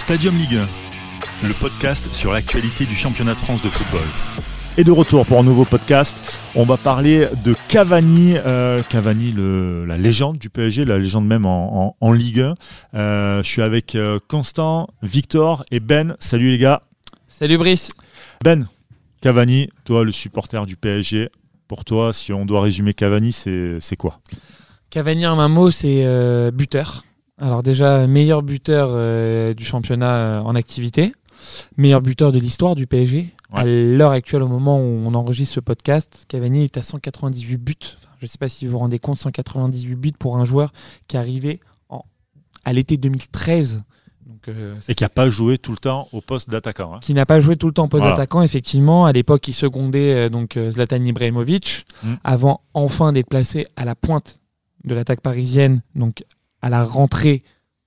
Stadium Ligue 1, le podcast sur l'actualité du championnat de France de football. Et de retour pour un nouveau podcast, on va parler de Cavani, la légende du PSG, la légende même en Ligue 1. Je suis avec Constant, Victor et Ben. Salut les gars. Salut Brice. Ben, Cavani, toi le supporter du PSG, pour toi, si on doit résumer Cavani, c'est quoi ? Cavani en un mot, c'est buteur. Alors déjà, meilleur buteur du championnat en activité, meilleur buteur de l'histoire du PSG. Ouais. À l'heure actuelle, au moment où on enregistre ce podcast, Cavani est à 198 buts. Enfin, je ne sais pas si vous vous rendez compte, 198 buts pour un joueur qui est arrivé à l'été 2013. Donc, et qui n'a pas joué tout le temps au poste d'attaquant. Hein. Qui n'a pas joué tout le temps au poste d'attaquant, effectivement. À l'époque, il secondait Zlatan Ibrahimovic, avant enfin d'être placé à la pointe de l'attaque parisienne, donc à la rentrée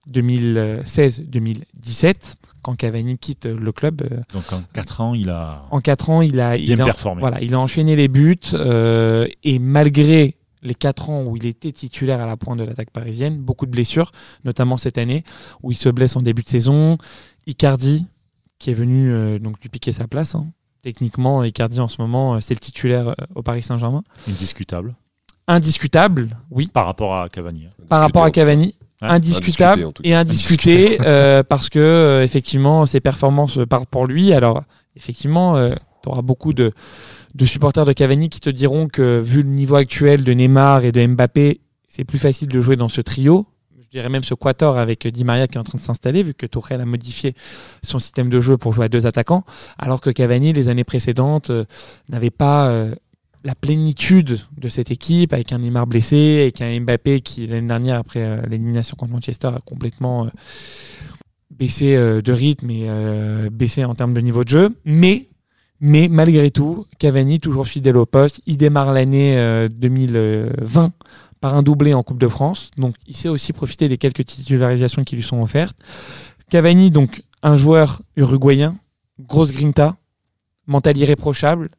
2016-2017, quand Cavani quitte le club. Donc en 4 ans, il a bien performé. Voilà, il a enchaîné les buts et malgré les 4 ans où il était titulaire à la pointe de l'attaque parisienne, beaucoup de blessures, notamment cette année, où il se blesse en début de saison. Icardi, qui est venu lui piquer sa place. Hein. Techniquement, Icardi en ce moment, c'est le titulaire au Paris Saint-Germain. Indiscutable, oui. Par rapport à Cavani. Par rapport à Cavani. Indiscutable et indiscuté parce que effectivement ses performances parlent pour lui. Alors effectivement tu auras beaucoup de supporters de Cavani qui te diront que vu le niveau actuel de Neymar et de Mbappé, c'est plus facile de jouer dans ce trio. Je dirais même ce quatuor avec Di Maria qui est en train de s'installer, vu que Tuchel a modifié son système de jeu pour jouer à 2 attaquants, alors que Cavani les années précédentes n'avait pas la plénitude de cette équipe, avec un Neymar blessé, avec un Mbappé qui, l'année dernière, après l'élimination contre Manchester, a complètement baissé de rythme et baissé en termes de niveau de jeu. Mais malgré tout, Cavani, toujours fidèle au poste, il démarre l'année 2020 par un doublé en Coupe de France. Donc, il sait aussi profiter des quelques titularisations qui lui sont offertes. Cavani, donc, un joueur uruguayen, grosse grinta, mental irréprochable,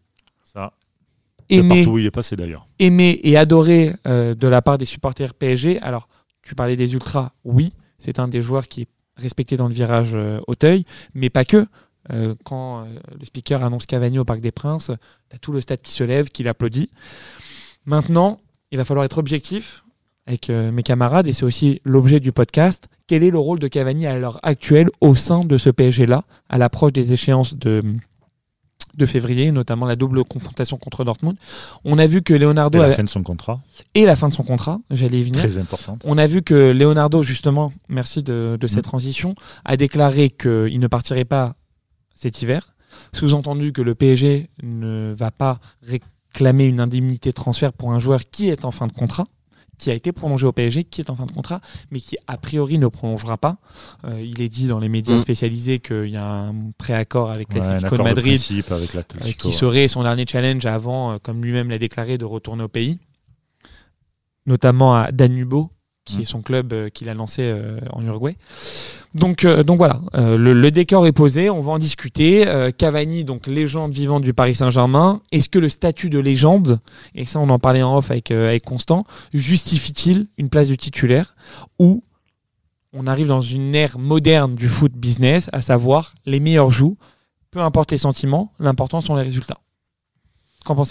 partout où il est passé d'ailleurs. Aimé et adoré de la part des supporters PSG. Alors, tu parlais des ultras, oui, c'est un des joueurs qui est respecté dans le virage Auteuil, mais pas que. Quand le speaker annonce Cavani au Parc des Princes, tu as tout le stade qui se lève, qui l'applaudit. Maintenant, il va falloir être objectif avec mes camarades, et c'est aussi l'objet du podcast. Quel est le rôle de Cavani à l'heure actuelle au sein de ce PSG-là, à l'approche des échéances de février, notamment la double confrontation contre Dortmund. On a vu que Leonardo... Et la fin de son contrat. Et la fin de son contrat, j'allais y venir. Très importante. On a vu que Leonardo, justement, merci de cette transition, a déclaré qu'il ne partirait pas cet hiver. Sous-entendu que le PSG ne va pas réclamer une indemnité de transfert pour un joueur qui est en fin de contrat, qui a été prolongé au PSG, qui est en fin de contrat, mais qui a priori ne prolongera pas. Il est dit dans les médias spécialisés qu'il y a un préaccord avec l'Atlético de Madrid qui serait son dernier challenge avant, comme lui-même l'a déclaré, de retourner au pays, notamment à Danubio, qui est son club qu'il a lancé en Uruguay. Donc voilà, le décor est posé, on va en discuter. Cavani, donc légende vivante du Paris Saint-Germain, est-ce que le statut de légende, et ça on en parlait en off avec Constant, justifie-t-il une place de titulaire, ou on arrive dans une ère moderne du foot business, à savoir les meilleurs jouent, peu importe les sentiments, l'important sont les résultats. Qu'en pensez-vous ?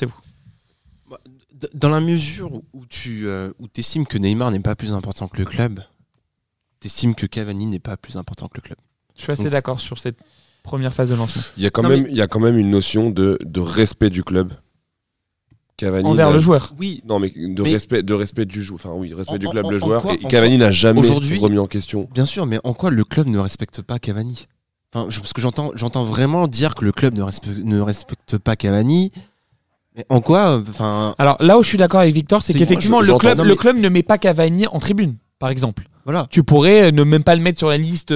Dans la mesure où tu estimes que Neymar n'est pas plus important que le club, tu estimes que Cavani n'est pas plus important que le club. Je suis assez d'accord sur cette première phase de lancement. Il y a quand même une notion de respect du club. Cavani envers le joueur. Oui. Non, mais respect du joueur. Enfin oui, respect du club, le joueur. Et Cavani n'a jamais remis en question. Bien sûr, mais en quoi le club ne respecte pas Cavani ? Parce que j'entends vraiment dire que le club ne respecte pas Cavani. Mais en quoi Alors là où je suis d'accord avec Victor, c'est qu'effectivement le club ne met pas Cavani en tribune, par exemple. Voilà. Tu pourrais ne même pas le mettre sur la liste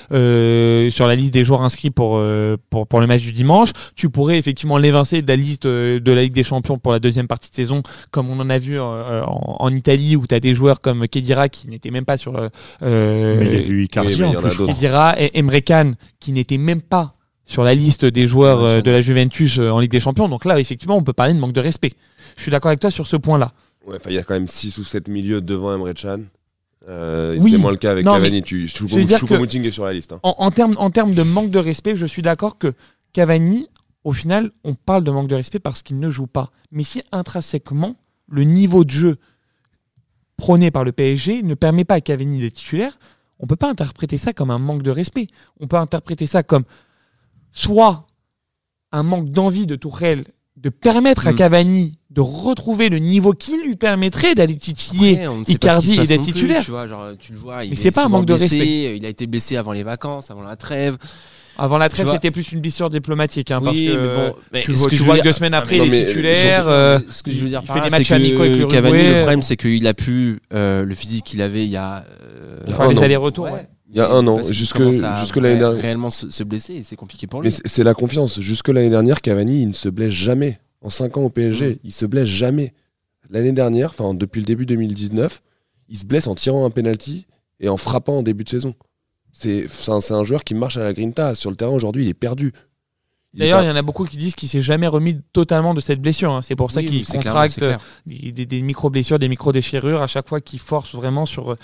des joueurs inscrits pour le match du dimanche. Tu pourrais effectivement l'évincer de la liste de la Ligue des Champions pour la deuxième partie de saison, comme on en a vu en Italie, où tu as des joueurs comme Khedira qui n'étaient même pas sur... mais il y a eu Icardi en plus. Khedira et Emre Can qui n'étaient même pas sur la liste des joueurs de la Juventus en Ligue des Champions. Donc là, effectivement, on peut parler de manque de respect. Je suis d'accord avec toi sur ce point-là. Ouais, il y a quand même 6 ou 7 milieux devant Emre Can. C'est moins le cas avec Cavani. Choupo-Moting est sur la liste. En termes de manque de respect, je suis d'accord que Cavani, au final, on parle de manque de respect parce qu'il ne joue pas. Mais si intrinsèquement, le niveau de jeu prôné par le PSG ne permet pas à Cavani d'être titulaire, on ne peut pas interpréter ça comme un manque de respect. On peut interpréter ça comme soit un manque d'envie de Tourelle de permettre à Cavani de retrouver le niveau qui lui permettrait d'aller titiller Icardi et d'être titulaire. Tu vois, genre, tu le vois, mais c'est pas un manque de respect. Il a été blessé avant les vacances, avant la trêve. Avant la trêve, c'était plus une blessure diplomatique. Parce que tu vois que 2 semaines après, il est titulaire. Ce que je veux dire, il fait des matchs amicaux avec l'Uruguay. Cavani, le problème, c'est qu'il a pu le physique qu'il avait il y a. Il faut les allers-retours. Il y a un an, jusque l'année dernière. Réellement se blesser, et c'est compliqué pour lui. Mais c'est la confiance. Jusque l'année dernière, Cavani, il ne se blesse jamais. En 5 ans au PSG, il se blesse jamais. L'année dernière, depuis le début 2019, il se blesse en tirant un penalty et en frappant en début de saison. C'est un joueur qui marche à la grinta. Sur le terrain, aujourd'hui, il est perdu. D'ailleurs, il y en a beaucoup qui disent qu'il ne s'est jamais remis totalement de cette blessure. C'est pour ça qu'il contracte des micro-blessures, des micro-déchirures à chaque fois qu'il force vraiment sur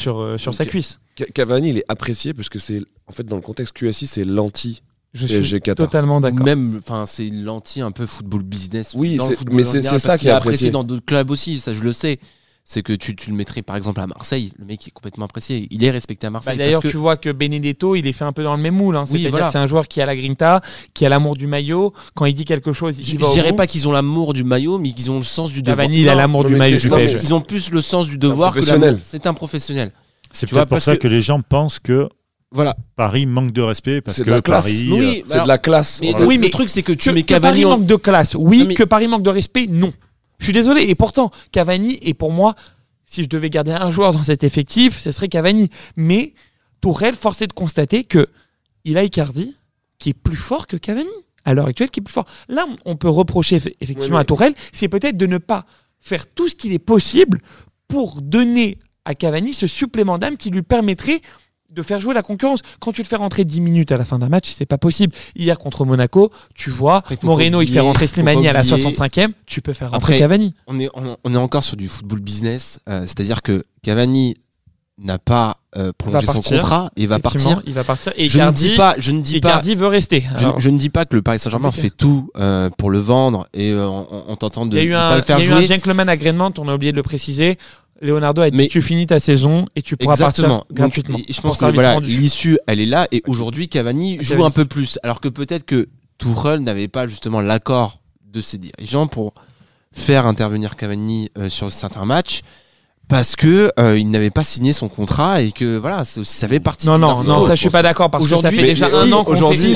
sa cuisse. Cavani, il est apprécié parce que c'est, en fait, dans le contexte QSI, c'est l'anti. Je suis totalement d'accord. Même, c'est l'anti un peu football business. Oui, mais c'est ça qui est apprécié dans d'autres clubs aussi. Ça, je le sais. C'est que tu le mettrais par exemple à Marseille, le mec est complètement apprécié, il est respecté à Marseille. D'ailleurs, tu vois que Benedetto, il est fait un peu dans le même moule. C'est-à-dire c'est un joueur qui a la grinta, qui a l'amour du maillot. Quand il dit quelque chose, il va au bout. Je dirais pas qu'ils ont l'amour du maillot, mais qu'ils ont le sens du devoir. Cavani, il a l'amour du maillot. Je pense qu'ils ont plus le sens du devoir que l'amour. C'est un professionnel. C'est peut-être pour ça que les gens pensent que Paris manque de respect parce que Paris. Oui, c'est de la classe. Mais le truc, c'est que tu mets Cavani. Paris manque de classe. Oui, que Paris manque de respect. Non. Je suis désolé. Et pourtant, Cavani est pour moi. Si je devais garder un joueur dans cet effectif, ce serait Cavani. Mais Tourelle, force est de constater qu'il a Icardi qui est plus fort que Cavani. À l'heure actuelle, qui est plus fort. Là, on peut reprocher effectivement à Tourelle, c'est peut-être de ne pas faire tout ce qu'il est possible pour donner à Cavani ce supplément d'âme qui lui permettrait de faire jouer la concurrence. Quand tu le fais rentrer 10 minutes à la fin d'un match, c'est pas possible. Hier contre Monaco, tu vois, Moreno il fait rentrer Slimani à la 65e, tu peux faire rentrer Cavani. On est encore sur du football business, c'est-à-dire que Cavani n'a pas prolongé son contrat et va partir. Il va partir. Et je ne dis pas veut rester. Je ne dis pas que le Paris Saint-Germain fait tout pour le vendre et en tentant de ne pas le faire jouer. Il y a eu un gentleman agreement, on a oublié de le préciser. Leonardo a dit tu finis ta saison et tu pourras partir gratuitement. Donc, je pense que l'issue, elle est là. Et aujourd'hui, Cavani joue un peu plus. Alors que peut-être que Tourelle n'avait pas justement l'accord de ses dirigeants pour faire intervenir Cavani sur certains matchs. Parce que il n'avait pas signé son contrat et que ça fait partie. Non, ça je suis pas d'accord parce que ça fait déjà un an qu'on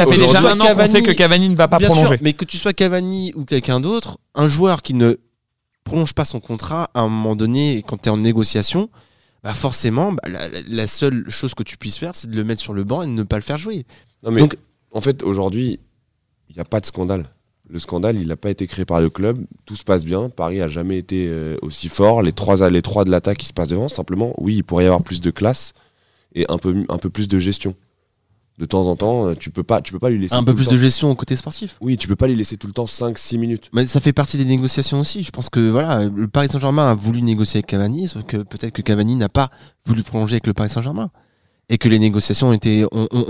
sait que Cavani ne va pas prolonger. Sûr, mais que tu sois Cavani ou quelqu'un d'autre, un joueur qui ne prolonge pas son contrat, à un moment donné, quand tu es en négociation, forcément, la seule chose que tu puisses faire, c'est de le mettre sur le banc et de ne pas le faire jouer. Non, mais donc, en fait, aujourd'hui, il n'y a pas de scandale. Le scandale, il n'a pas été créé par le club. Tout se passe bien. Paris n'a jamais été aussi fort. Les trois de l'attaque qui se passent devant, simplement, oui, il pourrait y avoir plus de classe et un peu plus de gestion. De temps en temps, tu peux pas lui laisser un peu plus de gestion au côté sportif. Oui, tu peux pas lui laisser tout le temps 5-6 minutes. Mais ça fait partie des négociations aussi. Je pense que le Paris Saint-Germain a voulu négocier avec Cavani, sauf que peut-être que Cavani n'a pas voulu prolonger avec le Paris Saint-Germain et que les négociations ont été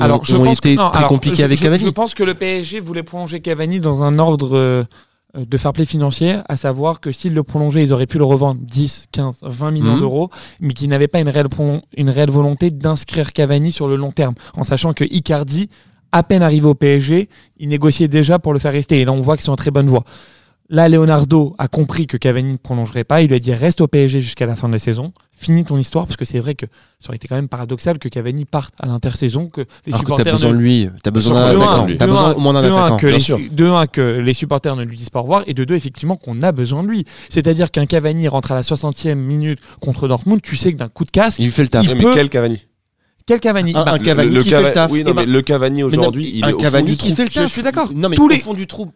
très compliquées avec Cavani. Je pense que le PSG voulait prolonger Cavani dans un ordre de fair play financier, à savoir que s'ils le prolongeaient, ils auraient pu le revendre 10, 15, 20 millions d'euros, mais qu'ils n'avaient pas une réelle volonté d'inscrire Cavani sur le long terme, en sachant que Icardi, à peine arrivé au PSG, il négociait déjà pour le faire rester. Et là, on voit qu'ils sont en très bonne voie. Là, Leonardo a compris que Cavani ne prolongerait pas. Il lui a dit reste au PSG jusqu'à la fin de la saison. Finis ton histoire, parce que c'est vrai que ça aurait été quand même paradoxal que Cavani parte à l'intersaison, que les supporters. T'as besoin de lui, t'as besoin d'un attaquant. T'as besoin au moins d'un attaquant. De un, que les supporters ne lui disent pas au revoir, et de deux, effectivement, qu'on a besoin de lui. C'est-à-dire qu'un Cavani rentre à la 60e minute contre Dortmund, tu sais que d'un coup de casse. Il fait le taf. Mais quel Cavani? Quel Cavani? Un Cavani qui fait le taf. Oui, non, mais le Cavani aujourd'hui, il est au fond du trou. Qui fait le taf. Je suis d'accord. Non, mais au fond du trou,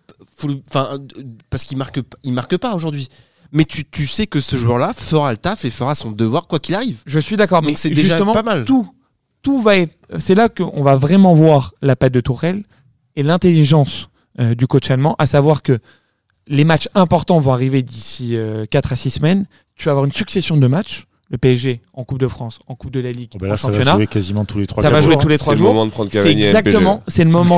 parce qu'il marque pas aujourd'hui. Mais tu sais que ce joueur-là fera le taf et fera son devoir quoi qu'il arrive. Je suis d'accord, mais c'est déjà pas mal. Tout va être. C'est là qu'on va vraiment voir la patte de Tourelle et l'intelligence du coach allemand, à savoir que les matchs importants vont arriver d'ici 4 à 6 semaines. Tu vas avoir une succession de matchs le PSG en Coupe de France, en Coupe de la Ligue, Là, en ça va championnat. jouer quasiment tous les 3 Ça va jours. jouer tous les 3 C'est le jours. moment de prendre C'est Cavani à exactement, c'est le moment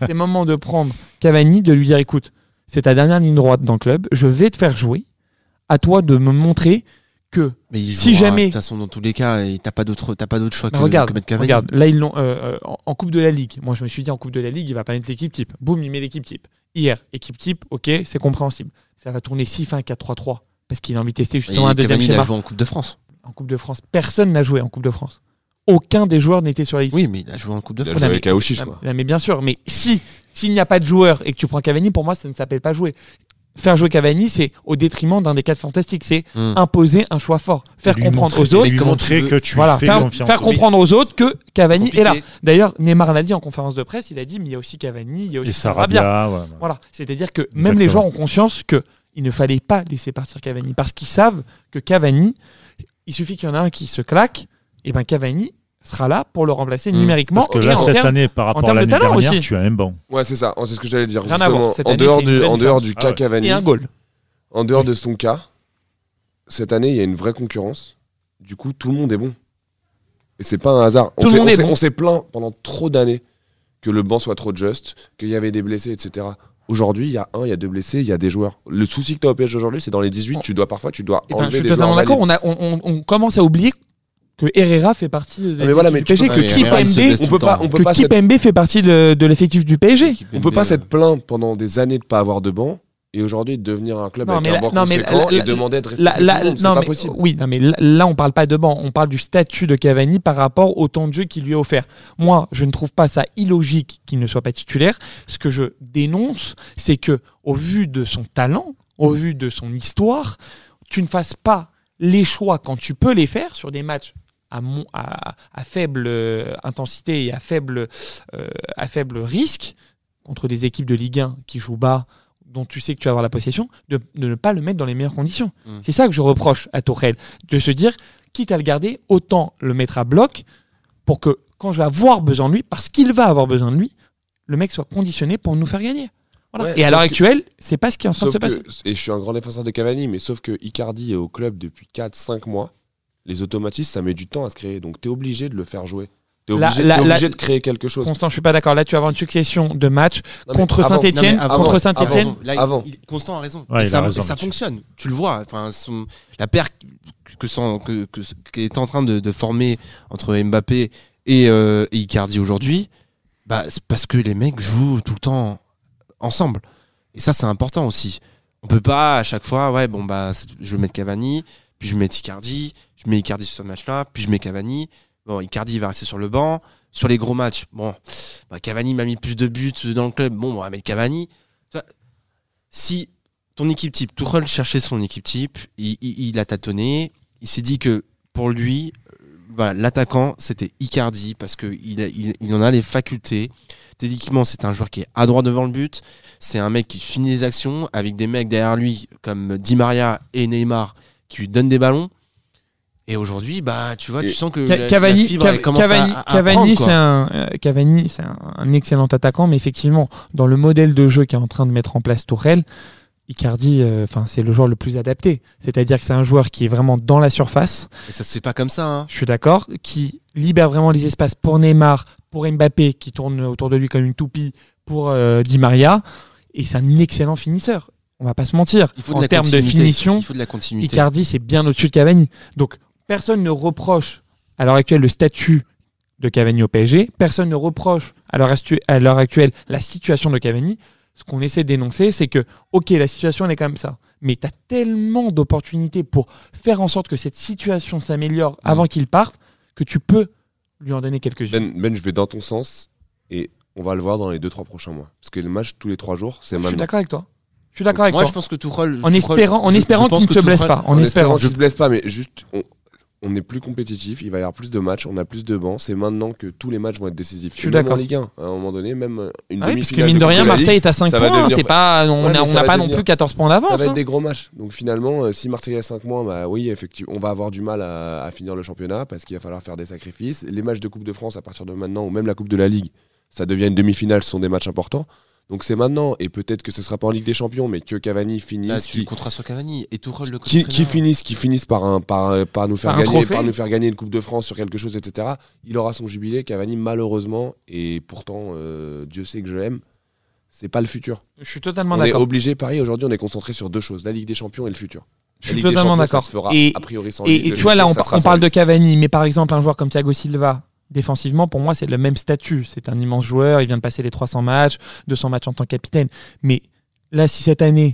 de prendre Cavani, de lui dire écoute, c'est ta dernière ligne droite dans le club, je vais te faire jouer. À toi de me montrer que Mais il si jouera, jamais. de toute façon, dans tous les cas, t'as pas d'autre choix que Regarde, mettre Cavani. regarde, là ils l'ont en Coupe de la Ligue. Moi je me suis dit en Coupe de la Ligue, il va pas mettre l'équipe type. Boum, il met l'équipe type. Hier, équipe type, ok, c'est compréhensible. Ça va tourner 6-1-4-3-3 parce qu'il a envie de tester justement un deuxième Cavani, il schéma. a joué en Coupe de France. En Coupe de France, personne n'a joué en Coupe de France. Aucun des joueurs n'était sur la liste. Oui, mais il a joué en Coupe de Il a France. joué mais- avec Aouchiche, quoi. Mais bien sûr, mais s'il n'y a pas de joueur et que tu prends Cavani, pour moi ça ne s'appelle pas jouer. Faire jouer Cavani, c'est au détriment d'un des quatre fantastiques. C'est imposer un choix fort. Faire Lui comprendre montrer- aux autres. lui comment montrer tu veux- que tu Voilà, fais faire confiance. comprendre aux autres que Cavani C'est est là. compliqué. D'ailleurs, Neymar l'a dit en conférence de presse, il a dit mais il y a aussi Cavani, il y a Et aussi Sarabia. Sarabia. Ouais. Voilà, c'est-à-dire que même Exactement. les joueurs ont conscience que il ne fallait pas laisser partir Cavani parce qu'ils savent que Cavani, il suffit qu'il y en a un qui se claque, et ben Cavani sera là pour le remplacer numériquement. Parce que et là, en cette termes- année, par rapport à termes de l'année talent dernière, aussi. tu as un banc. Ouais, c'est ça. C'est ce que j'allais dire. Rien à voir. Justement, Cette en année, dehors c'est une vraie en dehors différence. du Ah cas ouais. Cavani, et un goal. en dehors de son cas, cette année, il y a une vraie concurrence. Du coup, tout le monde est bon. Et c'est pas un hasard. Tout le monde est bon. On s'est plaint pendant trop d'années que le banc soit trop juste, qu'il y avait des blessés, etc. Aujourd'hui, il y a 2 blessés, il y a des joueurs. Le souci que tu as au PSG aujourd'hui, c'est dans les 18, tu dois Eh ben, je enlever suis des joueurs totalement d'accord. valides. On commence à oublier que Herrera fait partie de mais voilà, mais l'effectif du tu PSG, peux- que mais Herrera, il se Kipembe blesse On peut pas, on peut que pas s'être- Kipembe fait partie de l'effectif du PSG. on peut pas s'être plaint pendant des années de pas avoir de banc et aujourd'hui devenir un club Non, avec mais un banc non, mais conséquent là- et demander de rester Là, tout le monde, c'est non, pas mais, possible. oui, non, mais là, on parle pas de banc, on parle du statut de Cavani par rapport au temps de jeu qui lui est offert. Moi, je ne trouve pas ça illogique qu'il ne soit pas titulaire. Ce que je dénonce, c'est que, au vu de son talent, au vu de son histoire, tu ne fasses pas les choix quand tu peux les faire sur des matchs à faible intensité et à faible risque contre des équipes de Ligue 1 qui jouent bas, dont tu sais que tu vas avoir la possession, de ne pas le mettre dans les meilleures conditions. C'est ça que je reproche à Tuchel, de se dire, quitte à le garder, autant le mettre à bloc pour que quand je vais avoir besoin de lui, parce qu'il va avoir besoin de lui, le mec soit conditionné pour nous faire gagner. Voilà. Ouais, et à sauf l'heure que- actuelle, c'est pas ce qui est en train de Sauf se que, passer. et je suis un grand défenseur de Cavani, mais sauf que Icardi est au club depuis 4-5 mois, les automatismes, ça met du temps à se créer. Donc tu es obligé de le faire jouer. Tu es obligé de créer quelque chose. Constant, je suis pas d'accord. Là, tu vas avoir une succession de matchs Non, mais contre avant- Saint-Etienne, non, mais contre avant- Saint-Etienne. Avant. Constant a raison. Ouais, et il ça, a raison et ça là-dessus. fonctionne. Tu le vois. Enfin, la paire qu'est en train de former entre Mbappé et Icardi aujourd'hui, bah, c'est parce que les mecs jouent tout le temps ensemble. Et ça, c'est important aussi. On peut pas à chaque fois, je vais mettre Cavani, puis je mets Icardi, je mets Icardi sur ce match-là, puis je mets Cavani. Bon, Icardi va rester sur le banc. Sur les gros matchs, Cavani m'a mis plus de buts dans le club. Bon, on va mettre Cavani. Tu vois, si ton équipe type, Tuchel cherchait son équipe type, il a tâtonné. Il s'est dit que pour lui, l'attaquant, c'était Icardi parce qu'il en a les facultés. Techniquement, c'est un joueur qui est adroit devant le but. C'est un mec qui finit les actions avec des mecs derrière lui comme Di Maria et Neymar qui lui donnent des ballons. Et aujourd'hui, tu vois, tu sens que Cavani, la fibre elle commence à Cavani, prendre, quoi. Cavani, c'est un excellent attaquant, mais effectivement, dans le modèle de jeu qu'est en train de mettre en place Tuchel, Icardi, c'est le joueur le plus adapté. C'est-à-dire que c'est un joueur qui est vraiment dans la surface. Et ça se fait pas comme ça. Hein. Je suis d'accord, qui libère vraiment les espaces pour Neymar, pour Mbappé, qui tourne autour de lui comme une toupie, pour Di Maria. Et c'est un excellent finisseur. On va pas se mentir. Il faut En termes de finition, il faut de la continuité. Icardi, c'est bien au-dessus de Cavani. Donc, personne ne reproche à l'heure actuelle le statut de Cavani au PSG. Personne ne reproche à l'heure actuelle la situation de Cavani. Ce qu'on essaie d'énoncer, c'est que, ok, la situation elle est comme ça, mais tu as tellement d'opportunités pour faire en sorte que cette situation s'améliore avant qu'il parte, que tu peux lui en donner quelques-unes. Ben, je vais dans ton sens et on va le voir dans les 2-3 prochains mois. Parce que le match tous les 3 jours, c'est Je suis maintenant. d'accord avec toi. Je suis d'accord avec Moi, toi. je pense que Tuchel, En espérant qu'il ne se blesse pas. En espérant. qu'il ne se blesse pas, mais juste, on est plus compétitif, il va y avoir plus de matchs, on a plus de bancs. C'est maintenant que tous les matchs vont être décisifs. Je suis Et même d'accord. en Ligue 1, à un moment donné, même une Ah oui, demi-finale. parce que mine de Coupe rien, la Ligue, Marseille est à 5 ça va points. devenir- C'est pas, on Ouais, mais n'a ça va pas non devenir- plus 14 points Ça d'avance. va être hein. des gros matchs. Donc finalement, si Marseille a 5 mois, oui, effectivement, on va avoir du mal à finir le championnat parce qu'il va falloir faire des sacrifices. Les matchs de Coupe de France à partir de maintenant, ou même la Coupe de la Ligue, ça devient une demi-finale, ce sont des matchs importants. Donc c'est maintenant, et peut-être que ce sera pas en Ligue des Champions, mais que Cavani finisse, Là, tu contrat sur Cavani et Tuchel le qui finissent par nous faire gagner une Coupe de France sur quelque chose, etc. Il aura son jubilé, Cavani, malheureusement, et pourtant Dieu sait que je l'aime, c'est pas le futur. Je suis totalement On d'accord. est obligé, Paris, aujourd'hui on est concentré sur deux choses, la Ligue des Champions et le futur. Je suis totalement d'accord. Ça se fera Et a priori sans Et lui. tu vois, là, on Ça sera parle sans de lui. Cavani, mais par exemple, un joueur comme Thiago Silva, défensivement, pour moi, c'est le même statut. C'est un immense joueur, il vient de passer les 300 matchs, 200 matchs en tant que capitaine. Mais là, si cette année,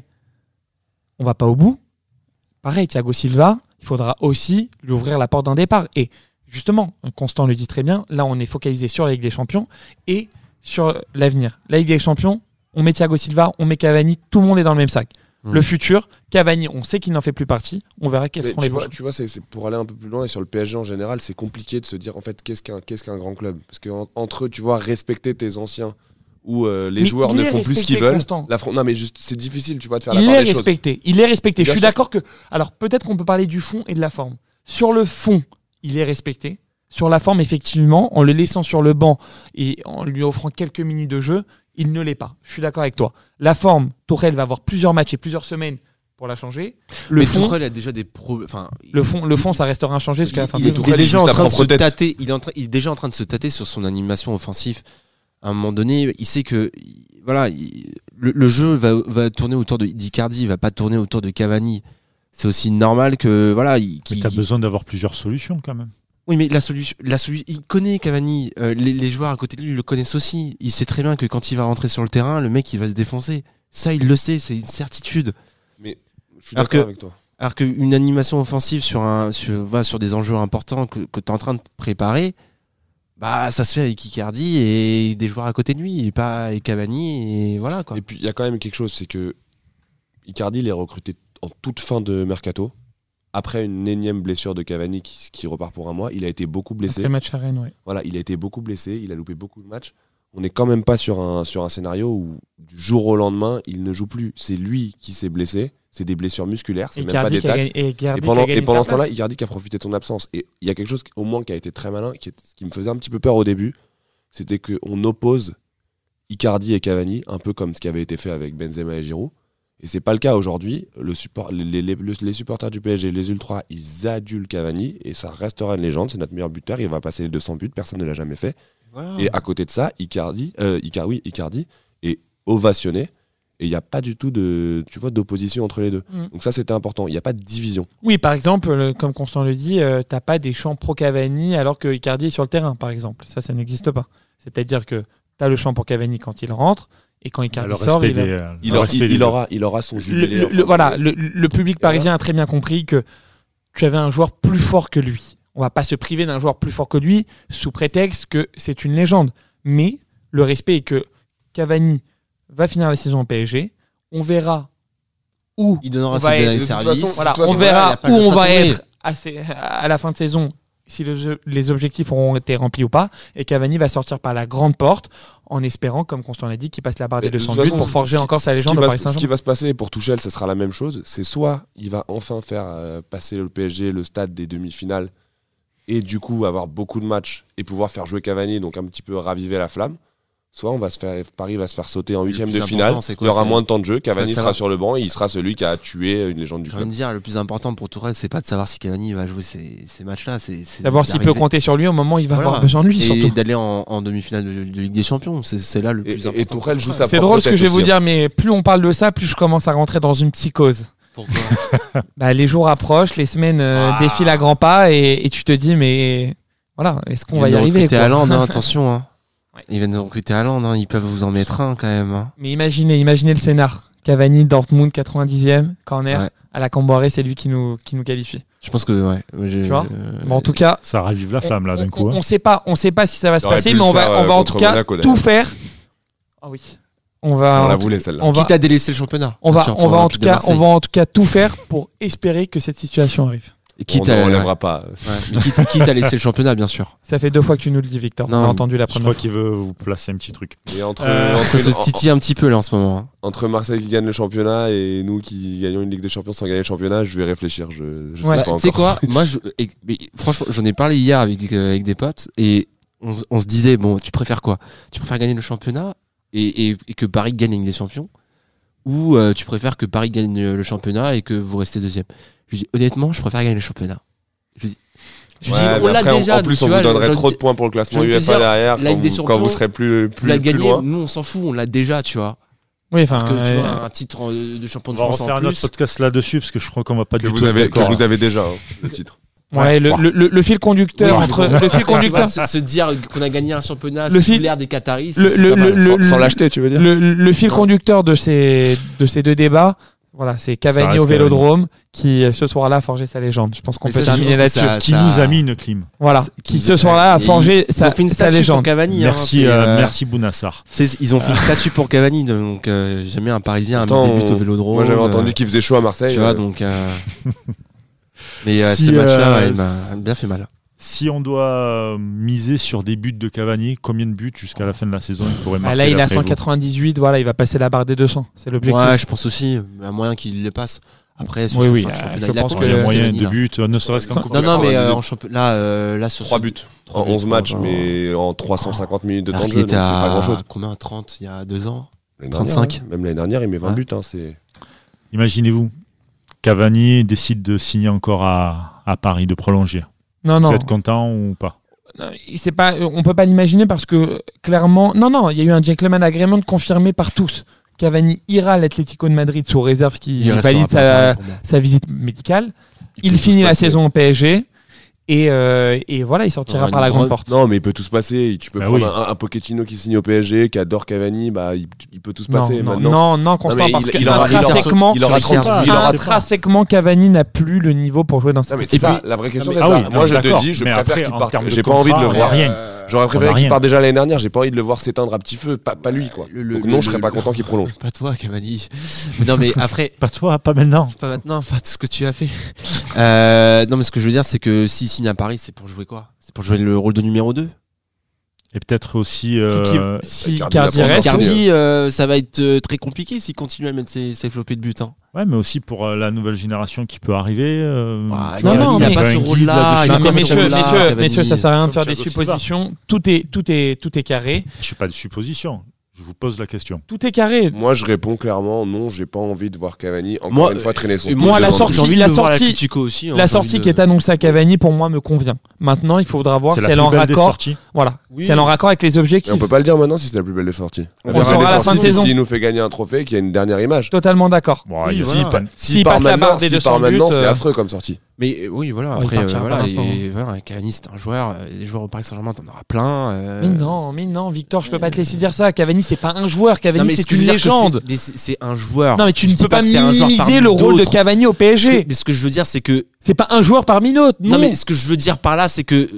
on va pas au bout, pareil, Thiago Silva, il faudra aussi lui ouvrir la porte d'un départ. Et justement, Constant le dit très bien, là, on est focalisé sur la Ligue des Champions et sur l'avenir. La Ligue des Champions, on met Thiago Silva, on met Cavani, tout le monde est dans le même sac. Le futur, Cavani, on sait qu'il n'en fait plus partie. On verra quels seront les bons. Tu vois, c'est pour aller un peu plus loin et sur le PSG en général, c'est compliqué de se dire en fait qu'est-ce qu'un grand club. Parce qu'entre eux, tu vois, respecter tes anciens où les joueurs ne font plus ce qu'ils veulent. Non, mais juste, c'est difficile, tu vois, de faire la part des choses. Il est respecté. Bien Je suis sûr. d'accord que. Alors peut-être qu'on peut parler du fond et de la forme. Sur le fond, il est respecté. Sur la forme, effectivement, en le laissant sur le banc et en lui offrant quelques minutes de jeu, il ne l'est pas. Je suis d'accord avec toi. La forme, Tourelle va avoir plusieurs matchs et plusieurs semaines pour la changer. Mais Tuchel a déjà des problèmes. Le fond, ça restera inchangé jusqu'à la fin de Il est saison. Tourelle, déjà juste en sa train de se propre tête. tâter. Il est déjà en train de se tâter sur son animation offensive. À un moment donné, il sait que voilà, le jeu va tourner autour d'Icardi, il va pas tourner autour de Cavani. C'est aussi normal que voilà. Mais t'as besoin d'avoir plusieurs solutions quand même. Oui, mais la solution, il connaît Cavani. Les joueurs à côté de lui le connaissent aussi. Il sait très bien que quand il va rentrer sur le terrain, le mec il va se défoncer. Ça, il le sait, c'est une certitude. Mais je suis d'accord avec toi. Alors qu'une animation offensive sur des enjeux importants que tu es en train de préparer, bah ça se fait avec Icardi et des joueurs à côté de lui, et pas avec Cavani, et voilà quoi. Et puis il y a quand même quelque chose, c'est que Icardi il est recruté en toute fin de mercato. Après une énième blessure de Cavani qui repart pour un mois, il a été beaucoup blessé. Après le match à Rennes, ouais. Voilà, il a été beaucoup blessé, il a loupé beaucoup de matchs. On n'est quand même pas sur un scénario où du jour au lendemain, il ne joue plus. C'est lui qui s'est blessé, c'est des blessures musculaires, c'est même pas des tacles. Et pendant ce temps-là, Icardi qui a profité de son absence. Et il y a quelque chose au moins qui a été très malin, ce qui me faisait un petit peu peur au début, c'était qu'on oppose Icardi et Cavani, un peu comme ce qui avait été fait avec Benzema et Giroud. Et c'est pas le cas aujourd'hui. Les supporters du PSG, les ultras, ils adulent Cavani et ça restera une légende. C'est notre meilleur buteur. Il va passer les 200 buts. Personne ne l'a jamais fait. Voilà. Et à côté de ça, Icardi est ovationné et il n'y a pas du tout d'opposition entre les deux. Donc ça, c'était important. Il n'y a pas de division. Oui, par exemple, comme Constant le dit, t'as pas des chants pro Cavani alors que Icardi est sur le terrain, par exemple. Ça n'existe pas. C'est-à-dire que t'as le chant pour Cavani quand il rentre. Et quand Icardi sort, il aura son jubilé. Le public parisien a très bien compris que tu avais un joueur plus fort que lui. On va pas se priver d'un joueur plus fort que lui sous prétexte que c'est une légende. Mais le respect est que Cavani va finir la saison au PSG. On verra où il donnera on ses va derniers être. services. On verra où on va être à la fin de saison, si les objectifs auront été remplis ou pas. Et Cavani va sortir par la grande porte en espérant, comme Constant l'a dit, qu'il passe la barre des 200 buts pour forger encore sa légende au Paris Saint-Germain. Ce qui va se passer pour Tuchel, ce sera la même chose. C'est soit il va enfin faire passer le PSG le stade des demi-finales et du coup avoir beaucoup de matchs et pouvoir faire jouer Cavani, donc un petit peu raviver la flamme. Soit Paris va se faire sauter en huitième de finale. Il y aura moins de temps de jeu. Cavani sera sur le banc et il sera celui qui a tué une légende du club. Je veux dire, le plus important pour Tourelle, c'est pas de savoir si Cavani va jouer ces matchs-là. C'est savoir s'il peut compter sur lui au moment où il va avoir besoin de lui. Et d'aller en demi-finale de Ligue des Champions. C'est là le plus important. Et Tourelle joue sa propre C'est drôle ce que je vais vous aussi, dire, mais plus on parle de ça, plus je commence à rentrer dans une psychose. Pourquoi Les jours approchent, les semaines défilent à grands pas et tu te dis, mais voilà, est-ce qu'on va y arriver Haaland, attention. Hein. Ouais. Ils viennent de recruter Haaland, ils peuvent vous en mettre un quand même. Hein. Mais imaginez le scénar. Cavani, Dortmund, 90e, corner, à la Camboiré, c'est lui qui nous qualifie. Je pense que tu vois en tout cas, ça ravive la flamme là d'un coup. On sait pas si ça va se passer, mais on va en tout cas Monaco, tout faire. Ah oui. On la voulait celle-là. Quitte à délaisser le championnat. On va en tout cas tout faire pour espérer que cette situation arrive. On ne lèvera pas. Mais quitte à laisser le championnat, bien sûr. Ça fait 2 fois que tu nous le dis, Victor. Non, on a entendu la première fois. Je crois qu'il veut vous placer un petit truc. Et ça se titille un petit peu là en ce moment. Hein. Entre Marseille qui gagne le championnat et nous qui gagnons une Ligue des Champions sans gagner le championnat, je vais réfléchir. Je sais pas encore. Tu sais quoi moi, franchement, j'en ai parlé hier avec des potes et on se disait, bon, tu préfères quoi ? Tu préfères gagner le championnat et que Paris gagne la Ligue des Champions, ou tu préfères que Paris gagne le championnat et que vous restez deuxième? Je dis honnêtement, je préfère gagner le championnat. Je dis on l'a déjà. En plus, on vous donnerait trop de points pour le classement UEFA derrière quand vous serez plus loin. Nous, on s'en fout, on l'a déjà, tu vois. Oui, enfin, tu vois, un titre de champion de France en plus. On va refaire un autre podcast là-dessus parce que je crois qu'on va pas du tout. Que vous avez déjà le titre. Ouais, le fil conducteur entre le fil conducteur se dire qu'on a gagné un championnat sous l'air des Qataris, sans l'acheter, tu veux dire. Le fil conducteur de ces deux débats, voilà, c'est Cavani au Vélodrome qui ce soir-là a forgé sa légende. Je pense qu'on peut terminer là-dessus. Qui nous a mis une clim. Voilà, qui ce soir-là a forgé sa légende. Cavani, merci Bounassar. Ils ont fait une statue pour Cavani, donc jamais un Parisien a mis des buts au Vélodrome. Moi j'avais entendu qu'il faisait chaud à Marseille. Tu vois, donc. Mais ce match-là, il m'a bien fait mal. Si on doit miser sur des buts de Cavani, combien de buts jusqu'à la fin de la saison il pourrait marquer? Là, il a 198, voilà, il va passer la barre des 200. C'est l'objectif. Ouais, je pense aussi. Il y a moyen qu'il les passe. Après, sur oui, championnat, je pense qu'il y a moyen de buts, ne serait-ce qu'en Coupe. Non, mais en championnat, là, sur 3 buts. En 11 matchs, mais en 350 minutes de temps de jeu, c'est pas grand-chose. Combien? 30 il y a 2 ans? 35. Même l'année dernière, il met 20 buts. Imaginez-vous, Cavani décide de signer encore à Paris, de prolonger. Non. Vous êtes content ou pas? On peut pas l'imaginer parce que clairement, il y a eu un gentleman agreement confirmé par tous. Cavani ira à l'Atlético de Madrid sous réserve qu'il valide sa visite médicale. Il finit la saison au PSG. Et voilà, il sortira par la grande porte. Non, mais il peut tout se passer. Tu peux prendre un Pochettino qui signe au PSG, qui adore Cavani, il peut tout se passer. Non, Constant, parce que intrinsèquement, Cavani n'a plus le niveau pour jouer dans cette équipe. La vraie question, c'est ça. Moi, je te dis, je préfère qu'il parte. J'ai pas envie de le voir. J'aurais préféré qu'il parte déjà l'année dernière. J'ai pas envie de le voir s'éteindre à petit feu. Pas lui, quoi. Donc non, je serais pas content qu'il prolonge. Pas toi, Cavani. Non, mais après. Pas toi, pas maintenant. Pas maintenant, pas tout ce que tu as fait. Non, mais ce que je veux dire, c'est que s'il signe à Paris, c'est pour jouer quoi? C'est pour jouer le rôle de numéro 2? Et peut-être aussi si Icardi reste. Icardi, ça va être très compliqué s'il continue à mettre ses flopées de but. Ouais, mais aussi pour la nouvelle génération qui peut arriver. Il n'a pas ce rôle-là. Messieurs, ça sert à rien de faire des suppositions. Tout est carré. Je fais pas de suppositions. Je vous pose la question. Tout est carré. Moi, je réponds clairement non. J'ai pas envie de voir Cavani encore une fois traîner son. Moi, la sortie qui est annoncée à Cavani, pour moi, me convient. Maintenant, il faudra voir si elle est en raccord. Voilà. Si elle est en raccord avec les objectifs. On peut pas le dire maintenant si c'est la plus belle des sorties. On saura à la fin de saison. S'il nous fait gagner un trophée, qu'il y a une dernière image. Totalement d'accord. S'il part maintenant, c'est affreux comme sortie. Mais oui, voilà. Après, Cavani, c'est un joueur. Les joueurs au Paris Saint-Germain, t'en auras plein. Mais non, Victor, je peux pas te laisser dire ça. Cavani, c'est pas un joueur. Cavani, c'est une légende. C'est un joueur. Non, mais tu ne peux pas minimiser le rôle de Cavani au PSG. Mais ce que je veux dire, c'est que c'est pas un joueur parmi d'autres. Non, mais ce que je veux dire par là, c'est que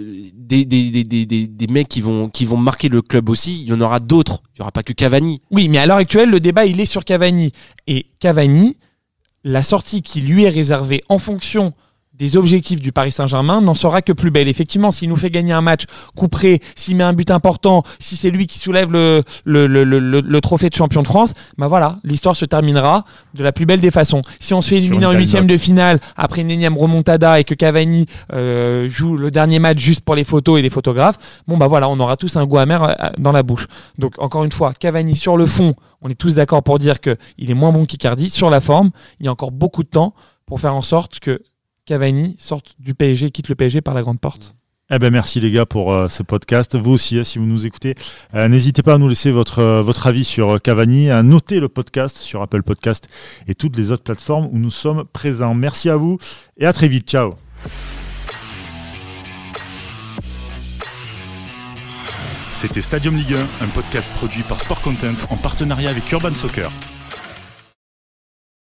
des mecs qui vont marquer le club aussi, il y en aura d'autres. Il y aura pas que Cavani. Oui, mais à l'heure actuelle, le débat il est sur Cavani. Et Cavani, la sortie qui lui est réservée en fonction des objectifs du Paris Saint-Germain n'en sera que plus belle. Effectivement, s'il nous fait gagner un match coup près, s'il met un but important, si c'est lui qui soulève le trophée de champion de France, voilà, l'histoire se terminera de la plus belle des façons. Si on se fait éliminer en 8e de finale après une énième remontada et que Cavani joue le dernier match juste pour les photos et les photographes, voilà, on aura tous un goût amer dans la bouche. Donc encore une fois, Cavani sur le fond, on est tous d'accord pour dire qu'il est moins bon qu'Icardi. Sur la forme, il y a encore beaucoup de temps pour faire en sorte que Cavani sorte du PSG, quitte le PSG par la grande porte. Merci les gars pour ce podcast. Vous aussi, si vous nous écoutez, n'hésitez pas à nous laisser votre avis sur Cavani, à noter le podcast sur Apple Podcast et toutes les autres plateformes où nous sommes présents. Merci à vous et à très vite. Ciao. C'était Stadium Ligue 1, un podcast produit par Sport Content en partenariat avec Urban Soccer.